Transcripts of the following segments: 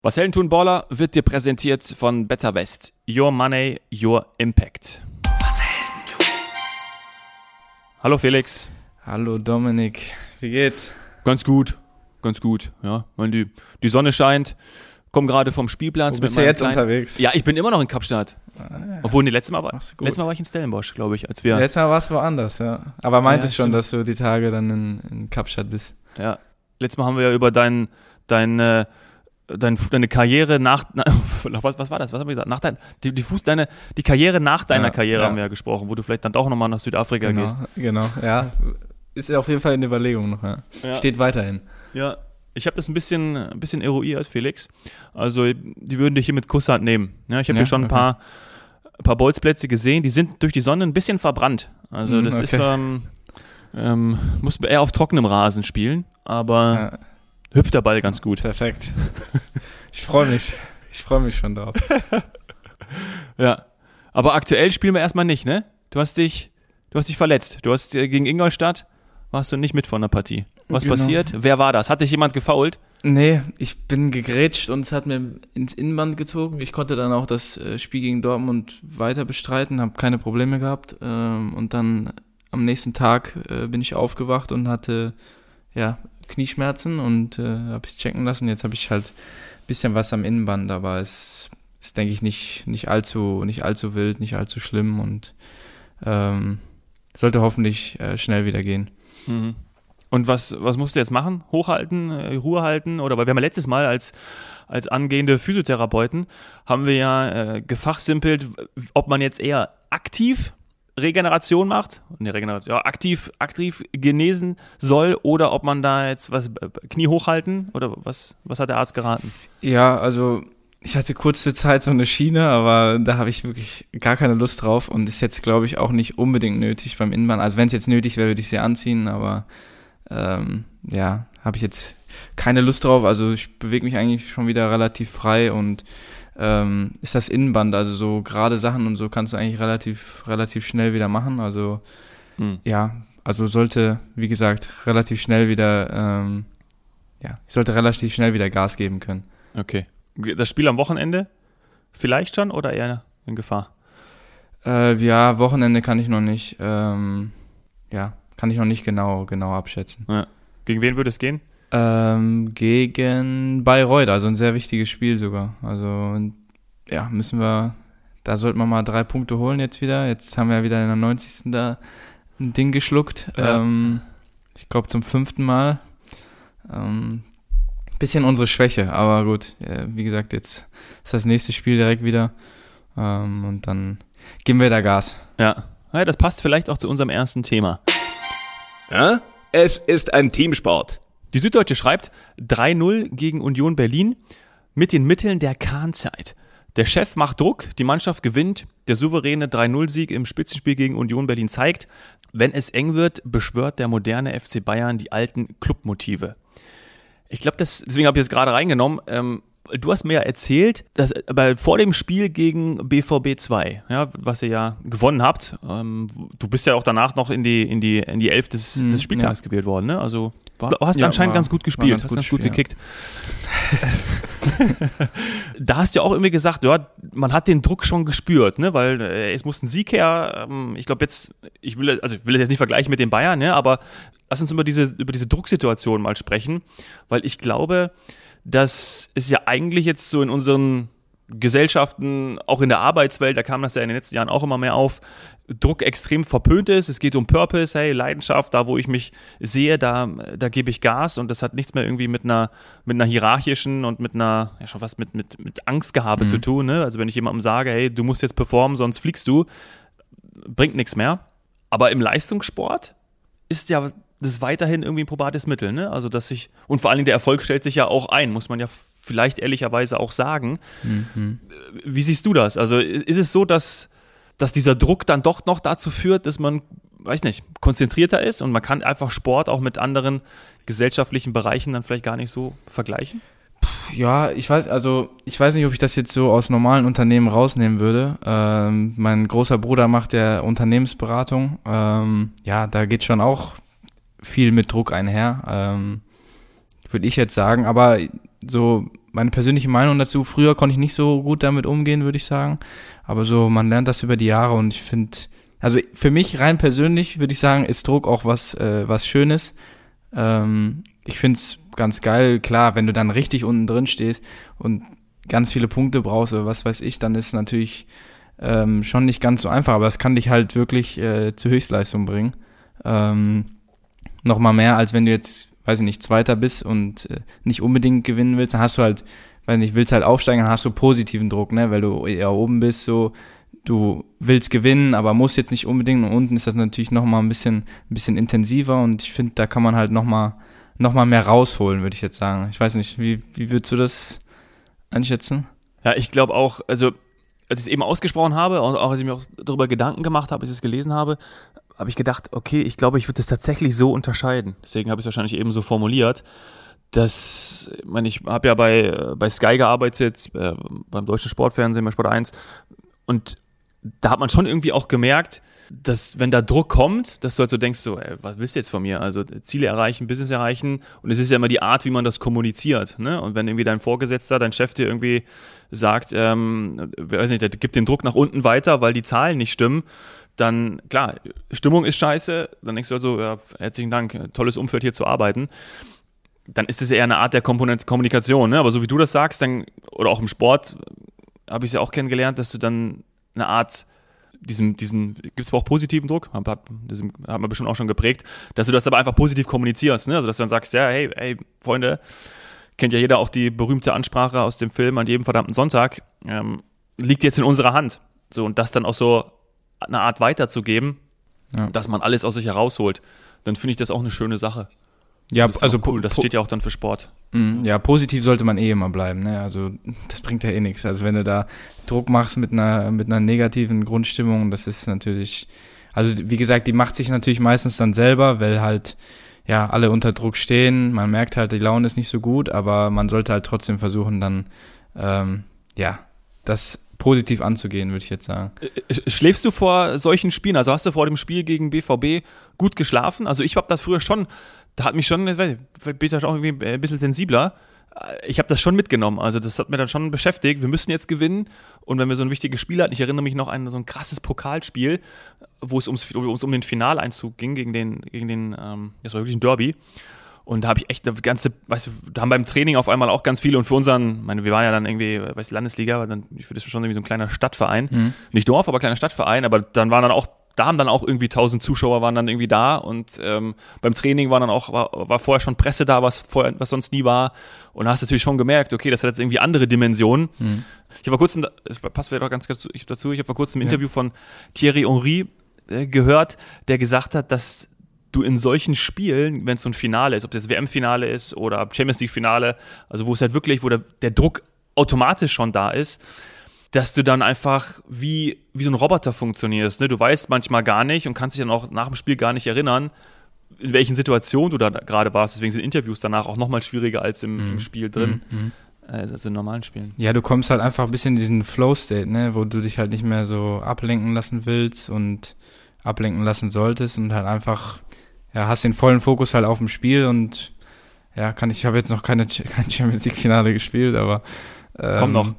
Was Helden tun, Baller wird dir präsentiert von Better West. Your Money, Your Impact. Was Helden tun. Hallo Felix. Hallo Dominik. Wie geht's? Ganz gut. Ja, die Sonne scheint. Komm gerade vom Spielplatz. Wo bist du jetzt unterwegs? Ja, ich bin immer noch in Kapstadt. Obwohl, letztes Mal war ich in Stellenbosch, glaube ich. Letztes Mal warst du woanders, ja. Aber meintest schon, dass du die Tage dann in Kapstadt bist. Ja, letztes Mal haben wir ja über deine Karriere was war das? Was haben wir gesagt? Die Karriere nach deiner Karriere haben wir ja gesprochen, wo du vielleicht dann doch nochmal nach Südafrika gehst. Genau, ja. Ist ja auf jeden Fall in Überlegung noch, ja. Steht weiterhin. Ja, ich habe das ein bisschen eruiert, Felix. Also, die würden dich hier mit Kusshand nehmen. Ja, ich habe hier schon ein paar Bolzplätze gesehen, die sind durch die Sonne ein bisschen verbrannt. Also, das ist, muss eher auf trockenem Rasen spielen, aber hüpft der Ball ganz gut. Perfekt. Ich freue mich schon drauf. Ja, aber aktuell spielen wir erstmal nicht, ne? Du hast dich verletzt. Du hast gegen Ingolstadt, warst du nicht mit von der Partie. Was passiert? Wer war das? Hat dich jemand gefoult? Nee, ich bin gegrätscht und es hat mir ins Innenband gezogen. Ich konnte dann auch das Spiel gegen Dortmund weiter bestreiten, habe keine Probleme gehabt. Und dann am nächsten Tag bin ich aufgewacht und hatte Knieschmerzen und habe es checken lassen. Jetzt habe ich halt ein bisschen was am Innenband, aber es ist, denke ich, nicht allzu wild, nicht allzu schlimm und sollte hoffentlich schnell wieder gehen. Mhm. Und was musst du jetzt machen? Hochhalten, Ruhe halten? Oder weil wir haben ja letztes Mal als angehende Physiotherapeuten haben wir ja gefachsimpelt, ob man jetzt eher aktiv Regeneration macht, aktiv genesen soll oder ob man da jetzt Knie hochhalten oder was hat der Arzt geraten? Ja, also ich hatte kurze Zeit so eine Schiene, aber da habe ich wirklich gar keine Lust drauf und ist jetzt, glaube ich, auch nicht unbedingt nötig beim Innenband. Also wenn es jetzt nötig wäre, würde ich sie anziehen, aber habe ich jetzt keine Lust drauf. Also ich bewege mich eigentlich schon wieder relativ frei und ist das Innenband, also so gerade Sachen und so kannst du eigentlich relativ schnell wieder machen. Also also sollte, wie gesagt, relativ schnell wieder Gas geben können. Okay. Das Spiel am Wochenende vielleicht schon oder eher in Gefahr? Wochenende kann ich noch nicht. Kann ich noch nicht genau abschätzen. Ja. Gegen wen würde es gehen? Gegen Bayreuth, also ein sehr wichtiges Spiel sogar. Also da sollten wir mal 3 Punkte holen jetzt wieder. Jetzt haben wir ja wieder in der 90. da ein Ding geschluckt. Ja. Ich glaube zum 5. Mal. Bisschen unsere Schwäche, aber gut. Wie gesagt, jetzt ist das nächste Spiel direkt wieder. Und dann geben wir da Gas. Ja, das passt vielleicht auch zu unserem ersten Thema. Ja? Es ist ein Teamsport. Die Süddeutsche schreibt 3-0 gegen Union Berlin mit den Mitteln der Kahnzeit. Der Chef macht Druck, die Mannschaft gewinnt. Der souveräne 3-0-Sieg im Spitzenspiel gegen Union Berlin zeigt, wenn es eng wird, beschwört der moderne FC Bayern die alten Clubmotive. Ich glaube, deswegen habe ich es gerade reingenommen. Du hast mir ja erzählt, dass vor dem Spiel gegen BVB 2, was ihr ja gewonnen habt, du bist ja auch danach noch in die 11 des Spieltags gewählt worden, ne? Also hast anscheinend ganz gut gespielt, hast ganz gut gekickt. Da hast du ja auch irgendwie gesagt, man hat den Druck schon gespürt, ne? Weil es muss ein Sieg her. Ich glaube jetzt, ich will das jetzt nicht vergleichen mit den Bayern, ne? Aber lass uns über diese Drucksituation mal sprechen, weil ich glaube, dass es ja eigentlich jetzt so in unseren Gesellschaften, auch in der Arbeitswelt, da kam das ja in den letzten Jahren auch immer mehr auf, Druck extrem verpönt ist. Es geht um Purpose, Leidenschaft, da wo ich mich sehe, da gebe ich Gas und das hat nichts mehr irgendwie mit einer hierarchischen und mit einer, schon was mit Angstgehabe zu tun. Ne? Also wenn ich jemandem sage, du musst jetzt performen, sonst fliegst du, bringt nichts mehr. Aber im Leistungssport ist ja das ist weiterhin irgendwie ein probates Mittel, ne? Also und vor allen Dingen der Erfolg stellt sich ja auch ein, muss man ja vielleicht ehrlicherweise auch sagen. Mhm. Wie siehst du das? Also ist es so, dass dieser Druck dann doch noch dazu führt, dass man, konzentrierter ist und man kann einfach Sport auch mit anderen gesellschaftlichen Bereichen dann vielleicht gar nicht so vergleichen? Ja, ich weiß nicht, ob ich das jetzt so aus normalen Unternehmen rausnehmen würde. Mein großer Bruder macht ja Unternehmensberatung. Da geht schon auch viel mit Druck einher, würde ich jetzt sagen, aber so meine persönliche Meinung dazu, früher konnte ich nicht so gut damit umgehen, würde ich sagen, aber so, man lernt das über die Jahre und ich finde, also für mich rein persönlich würde ich sagen, ist Druck auch was Schönes. Ich finde es ganz geil, klar, wenn du dann richtig unten drin stehst und ganz viele Punkte brauchst oder was weiß ich, dann ist es natürlich schon nicht ganz so einfach, aber es kann dich halt wirklich zur Höchstleistung bringen. Nochmal mehr, als wenn du jetzt, weiß ich nicht, Zweiter bist und nicht unbedingt gewinnen willst, dann hast du halt, weiß nicht, willst halt aufsteigen, dann hast du positiven Druck, ne, weil du eher oben bist, so, du willst gewinnen, aber musst jetzt nicht unbedingt, und unten ist das natürlich nochmal ein bisschen intensiver und ich finde, da kann man halt nochmal mehr rausholen, würde ich jetzt sagen. Ich weiß nicht, wie würdest du das einschätzen? Ja, ich glaube auch, also als ich es eben ausgesprochen habe und auch als ich mir auch darüber Gedanken gemacht habe, als ich es gelesen habe ich gedacht, okay, ich glaube, ich würde das tatsächlich so unterscheiden. Deswegen habe ich es wahrscheinlich eben so formuliert, dass, ich habe ja bei Sky gearbeitet, beim deutschen Sportfernsehen, bei Sport 1, und da hat man schon irgendwie auch gemerkt, dass wenn da Druck kommt, dass du halt so denkst, so, ey, was willst du jetzt von mir? Also Ziele erreichen, Business erreichen, und es ist ja immer die Art, wie man das kommuniziert, ne? Und wenn irgendwie dein Vorgesetzter, dein Chef dir irgendwie sagt, weiß nicht, der gibt den Druck nach unten weiter, weil die Zahlen nicht stimmen, dann, klar, Stimmung ist scheiße, dann denkst du also, ja, herzlichen Dank, tolles Umfeld hier zu arbeiten. Dann ist das eher eine Art der Kommunikation, ne? Aber so wie du das sagst, dann, oder auch im Sport, habe ich es ja auch kennengelernt, dass du dann eine Art, diesen gibt es aber auch positiven Druck, hat man bestimmt auch schon geprägt, dass du das aber einfach positiv kommunizierst, ne? Also dass du dann sagst, ja, hey, Freunde, kennt ja jeder auch die berühmte Ansprache aus dem Film An jedem verdammten Sonntag, liegt jetzt in unserer Hand. So, und das dann auch so eine Art weiterzugeben, dass man alles aus sich herausholt, dann finde ich das auch eine schöne Sache. Ja, das also cool. Das steht ja auch dann für Sport. Ja, positiv sollte man immer bleiben, ne? Also das bringt ja eh nichts. Also wenn du da Druck machst mit einer negativen Grundstimmung, das ist natürlich, also wie gesagt, die macht sich natürlich meistens dann selber, weil halt ja alle unter Druck stehen. Man merkt halt, die Laune ist nicht so gut, aber man sollte halt trotzdem versuchen, dann das positiv anzugehen, würde ich jetzt sagen. Schläfst du vor solchen Spielen? Also hast du vor dem Spiel gegen BVB gut geschlafen? Also ich habe das früher schon, da hat mich schon, bin ich auch irgendwie ein bisschen sensibler. Ich habe das schon mitgenommen, also das hat mir dann schon beschäftigt. Wir müssen jetzt gewinnen, und wenn wir so ein wichtiges Spiel hatten, ich erinnere mich noch an so ein krasses Pokalspiel, wo es um den Finaleinzug ging gegen den das war wirklich ein Derby. Und da habe ich echt das ganze, weißt du, da haben beim Training auf einmal auch ganz viele, und für unseren, wir waren ja dann irgendwie, Landesliga, ich finde das schon irgendwie so ein kleiner Stadtverein, nicht Dorf, aber kleiner Stadtverein, aber da haben dann auch irgendwie 1000 Zuschauer waren dann irgendwie da, und beim Training war vorher schon Presse da, was sonst nie war, und da hast du natürlich schon gemerkt, okay, das hat jetzt irgendwie andere Dimensionen. Ich habe vor kurzem, passt vielleicht auch ganz dazu, ich habe vor kurzem ein Interview von Thierry Henry gehört, der gesagt hat, dass du in solchen Spielen, wenn es so ein Finale ist, ob das WM-Finale ist oder Champions-League-Finale, also wo es halt wirklich, wo der Druck automatisch schon da ist, dass du dann einfach wie so ein Roboter funktionierst. Ne? Du weißt manchmal gar nicht und kannst dich dann auch nach dem Spiel gar nicht erinnern, in welchen Situationen du da gerade warst. Deswegen sind Interviews danach auch nochmal schwieriger als im Spiel drin, also in normalen Spielen. Ja, du kommst halt einfach ein bisschen in diesen Flow-State, ne? Wo du dich halt nicht mehr so ablenken lassen willst und ablenken lassen solltest und halt einfach, hast den vollen Fokus halt auf dem Spiel, und ich habe jetzt noch kein Champions League Finale gespielt, aber kommt noch.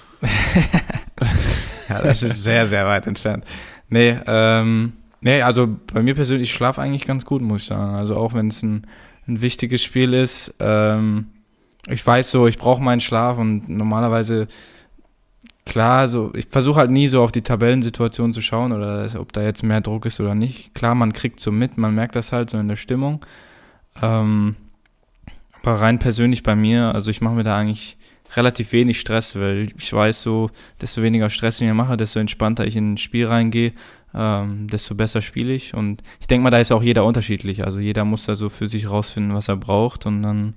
Ja, das ist sehr, sehr weit entfernt. Nee, also bei mir persönlich, ich schlafe eigentlich ganz gut, muss ich sagen. Also auch wenn es ein wichtiges Spiel ist, ich weiß so, ich brauche meinen Schlaf, und normalerweise, klar, so, ich versuche halt nie so auf die Tabellensituation zu schauen oder ob da jetzt mehr Druck ist oder nicht. Klar, man kriegt so mit, man merkt das halt so in der Stimmung. Aber rein persönlich bei mir, also ich mache mir da eigentlich relativ wenig Stress, weil ich weiß so, desto weniger Stress ich mir mache, desto entspannter ich in ein Spiel reingehe, desto besser spiele ich. Und ich denke mal, da ist auch jeder unterschiedlich. Also jeder muss da so für sich rausfinden, was er braucht, und dann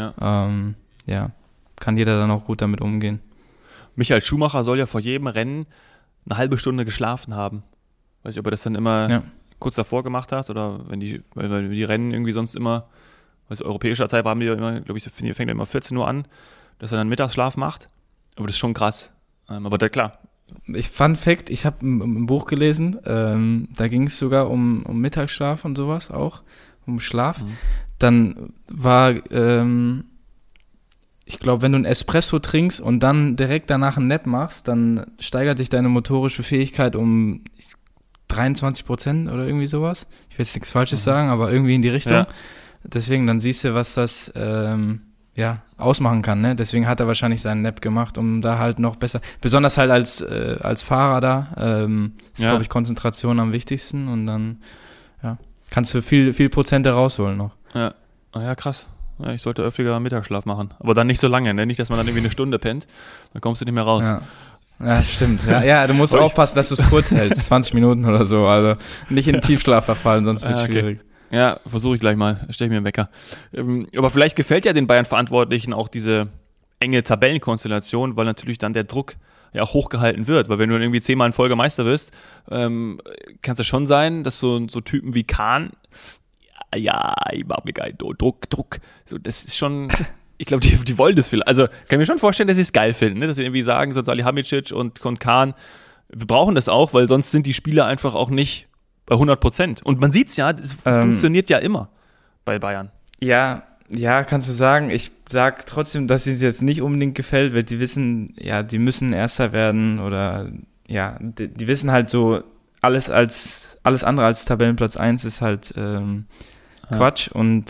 kann jeder dann auch gut damit umgehen. Michael Schumacher soll ja vor jedem Rennen eine halbe Stunde geschlafen haben. Weiß ich, ob er das dann immer kurz davor gemacht hat, oder wenn die Rennen irgendwie sonst immer, europäischer Zeit haben die immer, glaube ich, fängt immer 14 Uhr an, dass er dann Mittagsschlaf macht. Aber das ist schon krass. Aber klar. Fun Fact, ich habe ein Buch gelesen, da ging es sogar um Mittagsschlaf und sowas auch, um Schlaf. Dann war ich glaube, wenn du einen Espresso trinkst und dann direkt danach einen Nap machst, dann steigert sich deine motorische Fähigkeit um 23% oder irgendwie sowas. Ich will jetzt nichts Falsches sagen, aber irgendwie in die Richtung. Ja. Deswegen, dann siehst du, was das ausmachen kann. Ne? Deswegen hat er wahrscheinlich seinen Nap gemacht, um da halt noch besser, besonders halt als Fahrer da, ist, glaube ich, Konzentration am wichtigsten und dann kannst du viel Prozente rausholen noch. Ja, krass. Ja, ich sollte öfter Mittagsschlaf machen. Aber dann nicht so lange, ne? Nicht, dass man dann irgendwie eine Stunde pennt. Dann kommst du nicht mehr raus. Ja, stimmt. Ja, du musst aufpassen, dass du es kurz hältst. 20 Minuten oder so. Also nicht in den Tiefschlaf verfallen, sonst wird es schwierig. Ja, versuche ich gleich mal. Stell ich mir einen Wecker. Aber vielleicht gefällt ja den Bayern-Verantwortlichen auch diese enge Tabellenkonstellation, weil natürlich dann der Druck ja auch hochgehalten wird. Weil wenn du dann irgendwie 10-mal in Folge Meister wirst, kann es ja schon sein, dass so Typen wie Kahn, ja, ich mach mir keinen Druck. So, das ist schon, ich glaube, die wollen das viel. Also kann ich mir schon vorstellen, dass sie es geil finden, ne? Dass sie irgendwie sagen, so Salihamidzic und Kahn, wir brauchen das auch, weil sonst sind die Spieler einfach auch nicht bei 100%. Und man sieht's ja, es funktioniert ja immer bei Bayern. Ja, kannst du sagen. Ich sag trotzdem, dass es jetzt nicht unbedingt gefällt, weil die wissen, ja, die müssen Erster werden oder ja, die wissen halt so, alles andere als Tabellenplatz 1 ist halt Quatsch und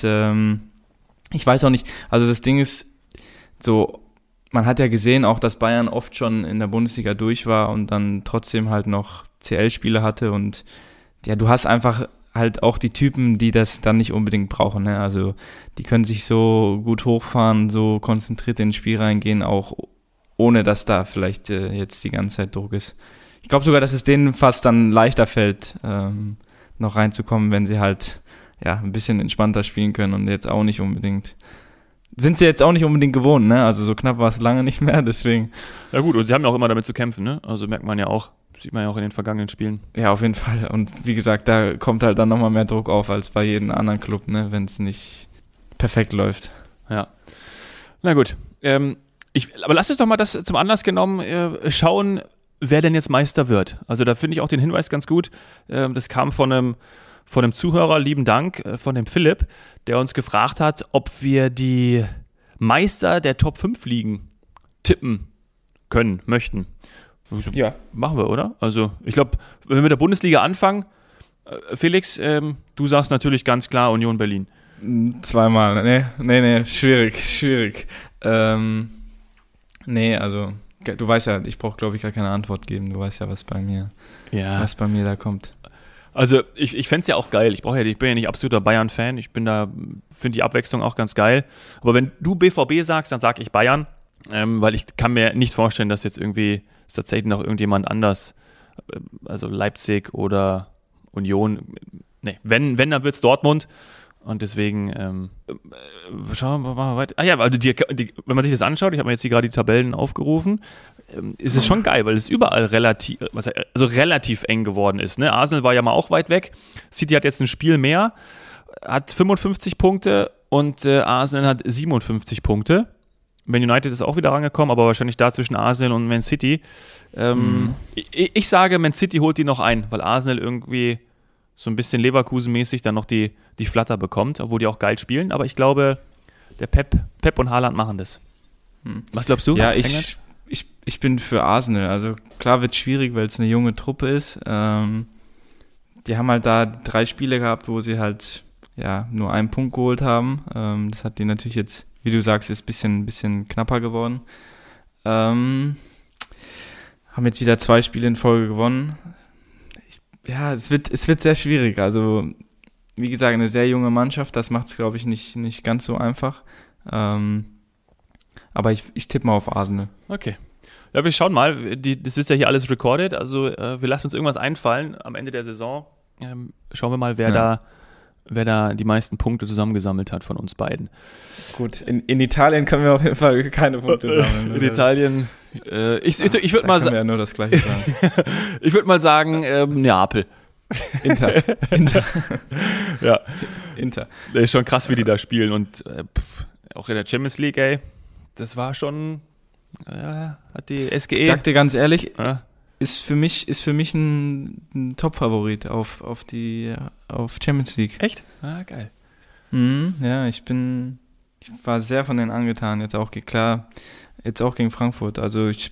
ich weiß auch nicht, also das Ding ist so, man hat ja gesehen auch, dass Bayern oft schon in der Bundesliga durch war und dann trotzdem halt noch CL-Spiele hatte und ja, du hast einfach halt auch die Typen, die das dann nicht unbedingt brauchen, ne? Also die können sich so gut hochfahren, so konzentriert in ein Spiel reingehen, auch ohne dass da vielleicht jetzt die ganze Zeit Druck ist. Ich glaube sogar, dass es denen fast dann leichter fällt, noch reinzukommen, wenn sie halt ein bisschen entspannter spielen können und jetzt auch nicht unbedingt, sind sie jetzt auch nicht unbedingt gewohnt, ne? Also so knapp war es lange nicht mehr, deswegen. Ja gut, und sie haben ja auch immer damit zu kämpfen, ne? Also merkt man ja auch, sieht man ja auch in den vergangenen Spielen. Ja, auf jeden Fall. Und wie gesagt, da kommt halt dann nochmal mehr Druck auf als bei jedem anderen Club, ne? Wenn es nicht perfekt läuft. Ja. Na gut. Aber lass uns doch mal das zum Anlass genommen schauen, wer denn jetzt Meister wird. Also da finde ich auch den Hinweis ganz gut. Das kam von einem Zuhörer, lieben Dank, von dem Philipp, der uns gefragt hat, ob wir die Meister der Top 5 Ligen tippen können, möchten. Ja. Machen wir, oder? Also ich glaube, wenn wir mit der Bundesliga anfangen, Felix, du sagst natürlich ganz klar Union Berlin. Zweimal, nee, schwierig. Also du weißt ja, ich brauche, glaube ich, gar keine Antwort geben. Du weißt ja, was bei mir da kommt. Also ich fände es ja auch geil. Ich bin ja nicht absoluter Bayern-Fan. Finde die Abwechslung auch ganz geil. Aber wenn du BVB sagst, dann sag ich Bayern, weil ich kann mir nicht vorstellen, dass jetzt irgendwie tatsächlich noch irgendjemand anders, also Leipzig oder Union, wenn dann wird's Dortmund. Und deswegen schauen wir mal weiter. Ah ja, also wenn man sich das anschaut, ich habe mir jetzt hier gerade die Tabellen aufgerufen, ist es schon geil, weil es überall relativ eng geworden ist. Ne? Arsenal war ja mal auch weit weg. City hat jetzt ein Spiel mehr, hat 55 Punkte und Arsenal hat 57 Punkte. Man United ist auch wieder rangekommen, aber wahrscheinlich da zwischen Arsenal und Man City. Ich sage, Man City holt die noch ein, weil Arsenal irgendwie so ein bisschen Leverkusen-mäßig dann noch die Flatter bekommt, obwohl die auch geil spielen. Aber ich glaube, der Pep und Haaland machen das. Was glaubst du? Ja, ich bin für Arsenal. Also klar wird es schwierig, weil es eine junge Truppe ist. Die haben halt da 3 Spiele gehabt, wo sie halt nur einen Punkt geholt haben. Das hat die natürlich jetzt, wie du sagst, ist ein bisschen knapper geworden. Haben jetzt wieder 2 Spiele in Folge gewonnen. Es wird sehr schwierig. Also, wie gesagt, eine sehr junge Mannschaft, das macht es, glaube ich, nicht ganz so einfach. Aber ich tippe mal auf Arsenal. Okay. Ja, wir schauen mal. Das ist ja hier alles recorded. Also, wir lassen uns irgendwas einfallen am Ende der Saison. Schauen wir mal, wer da die meisten Punkte zusammengesammelt hat von uns beiden. Gut, in Italien können wir auf jeden Fall keine Punkte sammeln. In Italien, ich würde mal sagen. Ja nur das Gleiche sagen. Ich würde mal sagen, Neapel. Inter. Ja. Inter. Das ist schon krass, wie die da spielen. Und auch in der Champions League, das war schon, hat die SGE. Ich sag dir ganz ehrlich, ist für mich ein Top-Favorit auf Champions League. Echt? Ah, geil. Ja, ich bin Ich war sehr von denen angetan, jetzt auch gegen Frankfurt. Also ich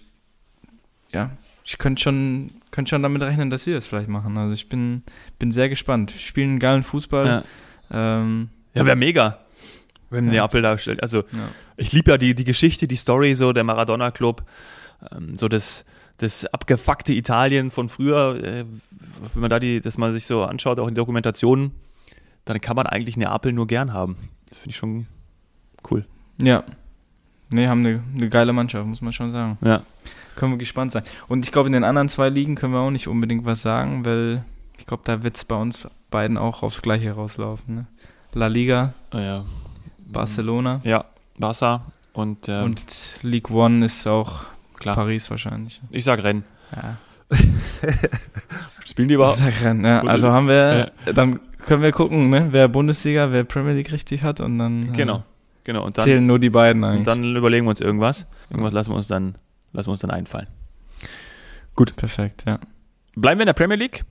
könnte schon damit rechnen, dass sie das vielleicht machen. Also ich bin sehr gespannt. Wir spielen einen geilen Fußball. Ja, wäre mega, wenn Neapel da stellt. Also ich liebe ja die Geschichte, die Story, so der Maradona-Club, so das abgefuckte Italien von früher, wenn man das mal sich so anschaut, auch in Dokumentationen, dann kann man eigentlich Neapel nur gern haben. Das finde ich schon cool. Ja. Nee, haben eine geile Mannschaft, muss man schon sagen. Ja. Können wir gespannt sein. Und ich glaube, in den anderen 2 Ligen können wir auch nicht unbedingt was sagen, weil ich glaube, da wird es bei uns beiden auch aufs Gleiche rauslaufen. Ne? La Liga, Barcelona. Ja, Barca und League One ist auch klar. Paris wahrscheinlich. Ich sag Rennes. Ja. Spielen die überhaupt? Ich sag Rennes, ja. Also haben wir, dann können wir gucken, ne? Wer Bundesliga, wer Premier League richtig hat und dann Genau. Und dann zählen nur die beiden eigentlich. Und dann überlegen wir uns irgendwas. Irgendwas lassen wir uns dann einfallen. Gut. Perfekt, ja. Bleiben wir in der Premier League.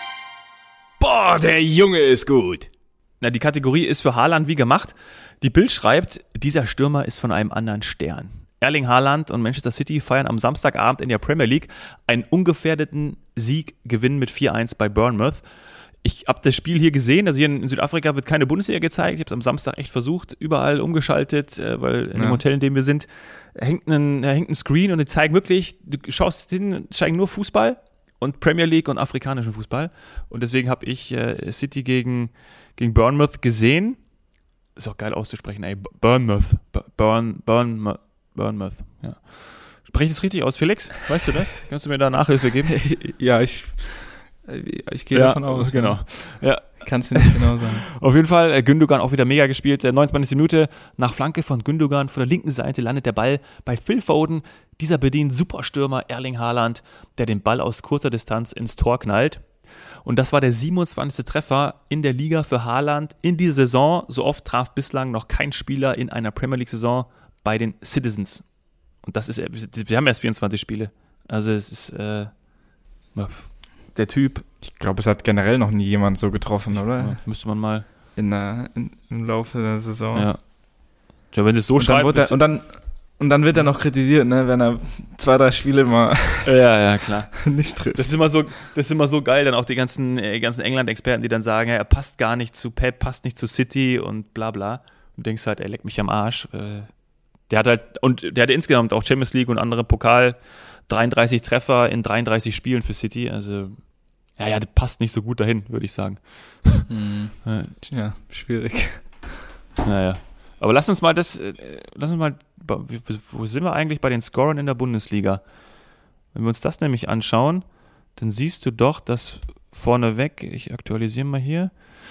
Boah, der Junge ist gut. Na, die Kategorie ist für Haaland wie gemacht. Die Bild schreibt, dieser Stürmer ist von einem anderen Stern. Erling Haaland und Manchester City feiern am Samstagabend in der Premier League einen ungefährdeten Sieg-Gewinn mit 4-1 bei Bournemouth. Ich habe das Spiel hier gesehen, also hier in Südafrika wird keine Bundesliga gezeigt. Ich habe es am Samstag echt versucht, überall umgeschaltet, weil in dem Hotel, in dem wir sind, hängt ein Screen und die zeigen wirklich, du schaust hin, zeigen nur Fußball und Premier League und afrikanischen Fußball. Und deswegen habe ich City gegen Bournemouth gesehen. Ist auch geil auszusprechen, ey. Bournemouth. Bournemouth, ja. Spreche ich das richtig aus, Felix? Weißt du das? Kannst du mir da Nachhilfe geben? Ja, ich gehe davon aus. Genau. Ja. Kannst du nicht genau sagen. Auf jeden Fall, Gündogan auch wieder mega gespielt. 29. Minute nach Flanke von Gündogan von der linken Seite landet der Ball bei Phil Foden. Dieser bedient Superstürmer Erling Haaland, der den Ball aus kurzer Distanz ins Tor knallt. Und das war der 27. Treffer in der Liga für Haaland in dieser Saison. So oft traf bislang noch kein Spieler in einer Premier League-Saison bei den Citizens. Und das ist, wir haben erst 24 Spiele. Also es ist der Typ. Ich glaube, es hat generell noch nie jemand so getroffen, oder? Müsste man mal. Im Laufe der Saison. Ja, wenn sie es so schreibt. Und dann wird er noch kritisiert, ne, wenn er 2-3 Spiele mal ja, klar. nicht trifft. Das ist immer so geil, dann auch die ganzen England-Experten, die dann sagen, er passt gar nicht zu Pep, passt nicht zu City und bla bla. Und du denkst halt, er leckt mich am Arsch. Der hatte insgesamt auch Champions League und andere Pokal 33 Treffer in 33 Spielen für City. Also, ja, das passt nicht so gut dahin, würde ich sagen. Ja, schwierig. Naja. Aber lass uns mal, wo sind wir eigentlich bei den Scorern in der Bundesliga? Wenn wir uns das nämlich anschauen, dann siehst du doch, dass vorneweg, ich aktualisiere mal hier,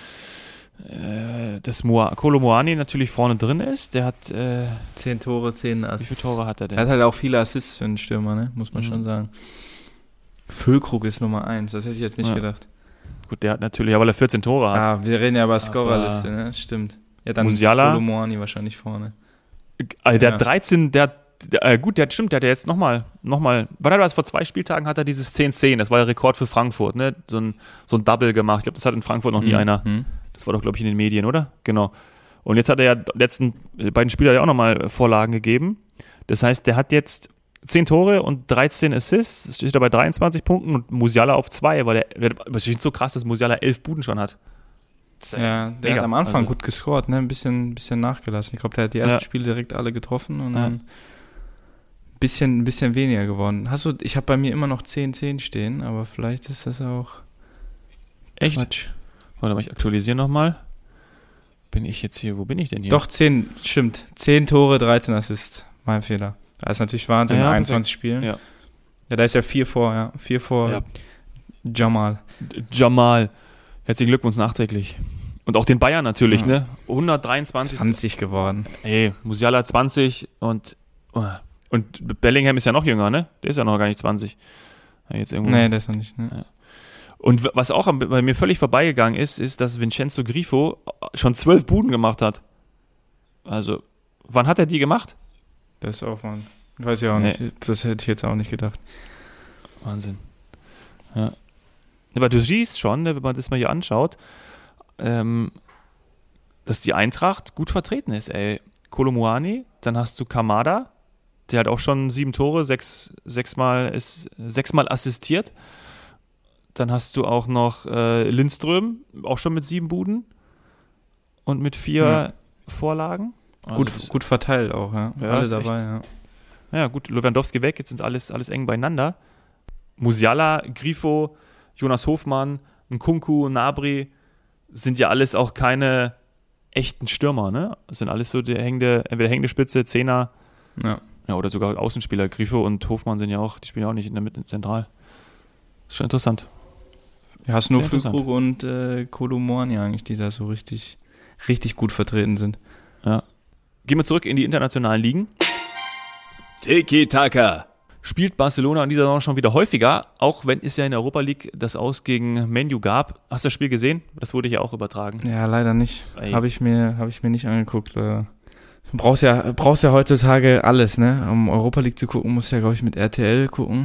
dass Kolo Muani natürlich vorne drin ist. Der hat 10 Tore, 10 Assists. Wie viele Tore hat er denn? Er hat halt auch viele Assists für einen Stürmer, ne? Muss man schon sagen. Füllkrug ist Nummer 1, das hätte ich jetzt nicht gedacht. Gut, der hat natürlich, weil er 14 Tore hat. Ah, wir reden ja über Scorerliste, ne? Stimmt. Ja, dann Musiala, ist Kolo Muani wahrscheinlich vorne. Der hat 13, der hat jetzt nochmal, vor 2 Spieltagen hat er dieses 10-10, das war der Rekord für Frankfurt, ne? So ein Double gemacht. Ich glaube, das hat in Frankfurt noch nie einer. Das war doch, glaube ich, in den Medien, oder? Genau. Und jetzt hat er ja letzten beiden Spieler ja auch nochmal Vorlagen gegeben. Das heißt, der hat jetzt 10 Tore und 13 Assists, steht da bei 23 Punkten und Musiala auf 2, weil ich finde es so krass, dass Musiala 11 Buden schon hat. Ja, der hat am Anfang gut gescored, ne? Ein bisschen nachgelassen. Ich glaube, der hat die ersten Spiele direkt alle getroffen und dann ein bisschen weniger geworden. Ich habe bei mir immer noch 10-10 stehen, aber vielleicht ist das auch echt Quatsch. Warte mal, ich aktualisiere nochmal. Bin ich jetzt hier? Wo bin ich denn hier? Doch, 10, stimmt. 10 Tore, 13 Assists. Mein Fehler. Das ist natürlich Wahnsinn, in 21 Spielen. Ja, da ist ja 4 vor, ja. 4 vor Jamal. Herzlichen Glückwunsch nachträglich. Und auch den Bayern natürlich, ne? 123. 20 geworden. Ey, Musiala 20 und Bellingham ist ja noch jünger, ne? Der ist ja noch gar nicht 20. Jetzt irgendwo. Nee, der ist noch nicht, ne? Ja. Und was auch bei mir völlig vorbeigegangen ist, dass Vincenzo Grifo schon 12 Buden gemacht hat. Also, wann hat er die gemacht? Das ist auch Wahnsinn. Weiß ich auch nicht. Das hätte ich jetzt auch nicht gedacht. Wahnsinn. Ja. Aber du siehst schon, wenn man das mal hier anschaut, dass die Eintracht gut vertreten ist, ey. Kolo Muani, dann hast du Kamada, der hat auch schon 7 Tore, sechsmal assistiert. Dann hast du auch noch Lindström, auch schon mit 7 Buden und mit 4 Vorlagen. Also Gut verteilt auch, ja. Ja, Alle ist dabei, echt. ja. Ja, gut, Lewandowski weg, jetzt sind alles eng beieinander. Musiala, Grifo, Jonas Hofmann, Nkunku, Gnabry sind ja alles auch keine echten Stürmer, ne? Das sind alles so entweder hängende Spitze, Zehner, Ja. ja, oder sogar Außenspieler. Grifo und Hofmann sind ja auch, die spielen ja auch nicht in der Mitte zentral. Ist schon interessant. Ja, hast nur Sehr interessant. Füllkrug und Kolo Muani eigentlich, die da so richtig gut vertreten sind. Ja. Gehen wir zurück in die internationalen Ligen. Tiki-Taka. Spielt Barcelona in dieser Saison schon wieder häufiger, auch wenn es ja in der Europa League das Aus gegen Man U gab. Hast du das Spiel gesehen? Das wurde ja auch übertragen. Ja, leider nicht. Ey. Habe ich mir nicht angeguckt. Du brauchst ja heutzutage alles, ne? Um Europa League zu gucken, musst du ja, glaube ich, mit RTL gucken.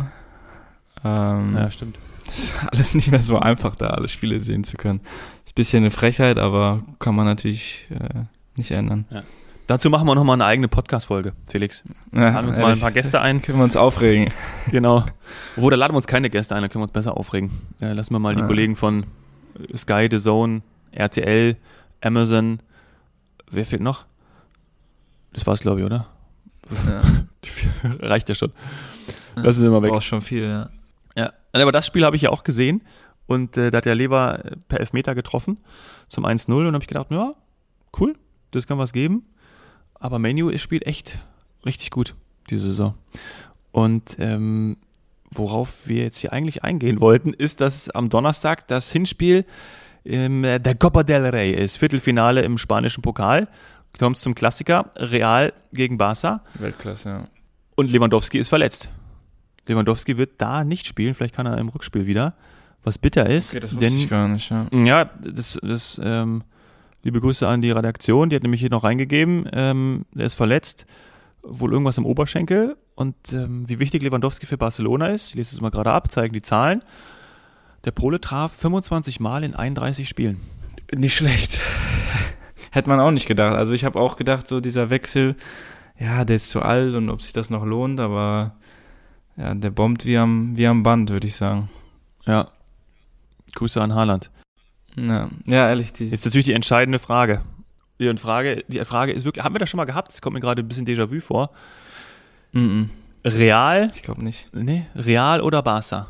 Ja, stimmt. Das ist alles nicht mehr so einfach, da alle Spiele sehen zu können. Ist ein bisschen eine Frechheit, aber kann man natürlich nicht ändern. Dazu machen wir nochmal eine eigene Podcast-Folge, Felix. Ja, Laden uns mal ein paar Gäste ein. Können wir uns aufregen. Genau. Obwohl, da laden wir uns keine Gäste ein, dann können wir uns besser aufregen. Lassen wir mal die Kollegen von Sky, The Zone, RTL, Amazon. Wer fehlt noch? Das war's, glaube ich, oder? Ja. Reicht ja schon. Lassen Sie mal weg. Brauchst schon viel, ja. Ja, aber das Spiel habe ich ja auch gesehen und da hat der Lever per Elfmeter getroffen zum 1-0 und habe ich gedacht, ja, cool, das kann was geben. Aber Man U spielt echt richtig gut diese Saison. Und worauf wir jetzt hier eigentlich eingehen wollten, ist, dass am Donnerstag das Hinspiel der Copa del Rey ist, Viertelfinale im spanischen Pokal. Kommt zum Klassiker, Real gegen Barca. Weltklasse, ja. Und Lewandowski ist verletzt. Lewandowski wird da nicht spielen, vielleicht kann er im Rückspiel wieder, was bitter ist. Okay, das wusste ich gar nicht, ja. Ja, liebe Grüße an die Redaktion, die hat nämlich hier noch reingegeben, er ist verletzt, wohl irgendwas im Oberschenkel und wie wichtig Lewandowski für Barcelona ist, ich lese es mal gerade ab, zeigen die Zahlen. Der Pole traf 25 Mal in 31 Spielen. Nicht schlecht. Hätte man auch nicht gedacht. Also ich habe auch gedacht, so dieser Wechsel, ja, der ist zu alt und ob sich das noch lohnt, aber ja, der bombt wie am Band, würde ich sagen. Ja, Grüße an Haaland. Ja, ehrlich. Jetzt natürlich die entscheidende Frage. Die Frage ist wirklich, haben wir das schon mal gehabt? Das kommt mir gerade ein bisschen Déjà-vu vor. Real? Ich glaube nicht. Nee, Real oder Barca?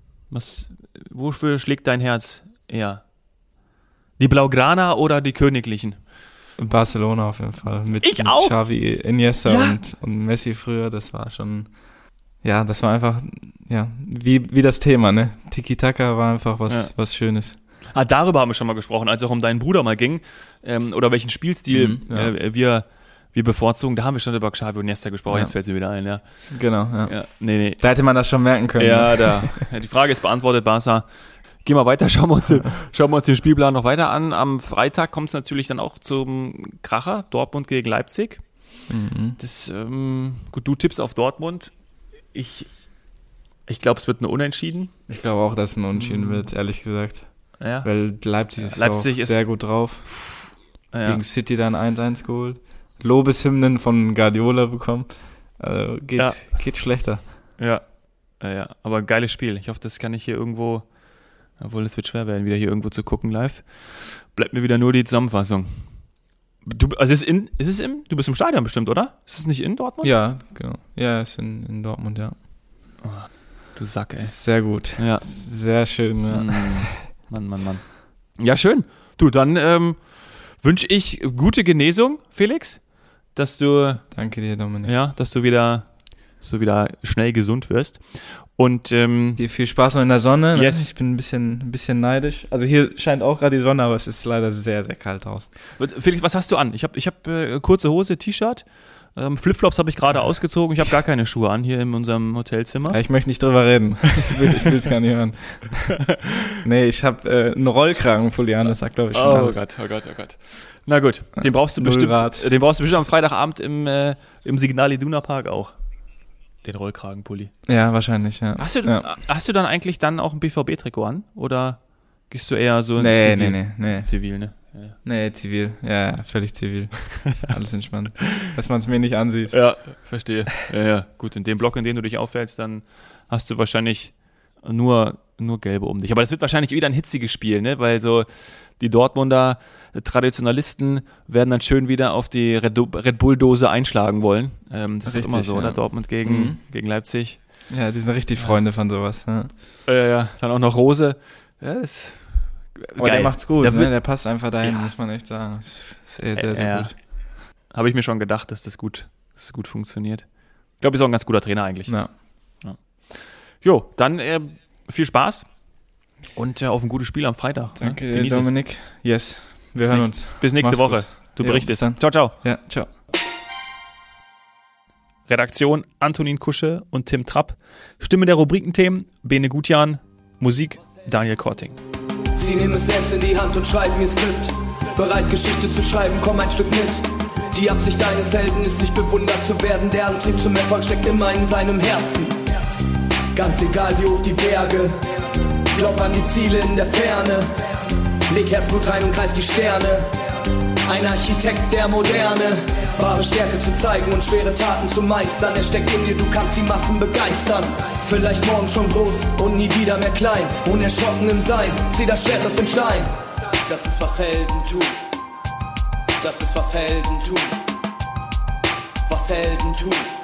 Wofür schlägt dein Herz eher? Die Blaugrana oder die Königlichen? Barcelona auf jeden Fall. Mit auch. Xavi, Iniesta Ja. und Messi früher, das war schon, ja, das war einfach, ja, wie das Thema, ne? Tiki-Taka war einfach was Schönes. Darüber haben wir schon mal gesprochen, als es auch um deinen Bruder mal ging, oder welchen Spielstil wir bevorzugen. Da haben wir schon über Xavi und Iniesta gesprochen, jetzt fällt es mir wieder ein, ja. Genau, ja. Ja, nee. Da hätte man das schon merken können. Ja, ne? die Frage ist beantwortet, Barca. Gehen wir weiter, schauen wir uns den Spielplan noch weiter an. Am Freitag kommt es natürlich dann auch zum Kracher, Dortmund gegen Leipzig. Das, gut, du tippst auf Dortmund. Ich glaube, es wird eine Unentschieden. Ich glaube auch, dass es ein Unentschieden wird, ehrlich gesagt. Ja. Weil Leipzig ist Leipzig sehr gut drauf. Ja. Gegen City dann 1-1 geholt. Lobeshymnen von Guardiola bekommen. Also geht schlechter. Ja, aber ein geiles Spiel. Ich hoffe, das kann ich hier irgendwo, obwohl es wird schwer werden, wieder hier irgendwo zu gucken live. Bleibt mir wieder nur die Zusammenfassung. Du bist im Stadion bestimmt, oder? Ist es nicht in Dortmund? Ja, genau. Ja, ist in Dortmund, ja. Oh, du Sack, ey. Sehr gut. Ja. Sehr schön, ja. Mann. Ja, schön. Du, dann wünsche ich gute Genesung, Felix, dass du Danke dir, Dominik. Ja, dass du wieder schnell gesund wirst. Und dir viel Spaß noch in der Sonne. Ne? Yes. Ich bin ein bisschen neidisch. Also hier scheint auch gerade die Sonne, aber es ist leider sehr, sehr kalt draußen. Felix, was hast du an? Ich hab kurze Hose, T-Shirt, Flipflops habe ich gerade ausgezogen. Ich habe gar keine Schuhe an hier in unserem Hotelzimmer. Ja, ich möchte nicht drüber reden. Ich will es gar nicht hören. Nee, ich habe einen Rollkragenpulli an, das sagt, glaube ich, schon alles. Oh Gott. Na gut, den brauchst du bestimmt am Freitagabend im Signal Iduna Park auch. Den Rollkragenpulli. Ja, wahrscheinlich, ja. Hast du dann eigentlich auch ein BVB-Trikot an? Oder gehst du eher so in Nee. Zivil, ne? Nee, zivil. Ja, völlig zivil. Alles entspannt. Dass man es mir nicht ansieht. Ja, verstehe. Ja. Gut, in dem Block, in dem du dich aufhältst, dann hast du wahrscheinlich nur Gelbe um dich. Aber das wird wahrscheinlich wieder ein hitziges Spiel, ne? Weil so die Dortmunder Traditionalisten werden dann schön wieder auf die Red Bull-Dose einschlagen wollen. Das ist immer so, oder? Dortmund gegen Leipzig. Ja, die sind richtig Freunde von sowas. Ja. Ja. Dann auch noch Rose. Ja, ist aber geil. Der macht's gut, der passt einfach dahin, muss man echt sagen. Das ist sehr, sehr gut. Habe ich mir schon gedacht, dass das gut funktioniert. Ich glaube, ist auch ein ganz guter Trainer eigentlich. Ja. Jo, dann viel Spaß und auf ein gutes Spiel am Freitag. Danke, Dominik. Yes, wir hören uns. Bis nächste Woche. Du berichtest. Ciao, ciao. Ja, ciao. Redaktion Antonin Kusche und Tim Trapp. Stimme der Rubrikenthemen Bene Gutjan. Musik Daniel Korting. Sie nehmen es selbst in die Hand und schreiben ihr Skript. Bereit, Geschichte zu schreiben, komm ein Stück mit. Die Absicht deines Helden ist nicht bewundert zu werden. Der Antrieb zum Erfolg steckt immer in seinem Herzen. Ganz egal wie hoch die Berge, glaub an die Ziele in der Ferne. Leg Herzblut rein und greif die Sterne. Ein Architekt der Moderne. Wahre Stärke zu zeigen und schwere Taten zu meistern. Er steckt in dir, du kannst die Massen begeistern. Vielleicht morgen schon groß und nie wieder mehr klein. Unerschrocken im Sein, zieh das Schwert aus dem Stein. Das ist was Helden tun. Das ist was Helden tun. Was Helden tun.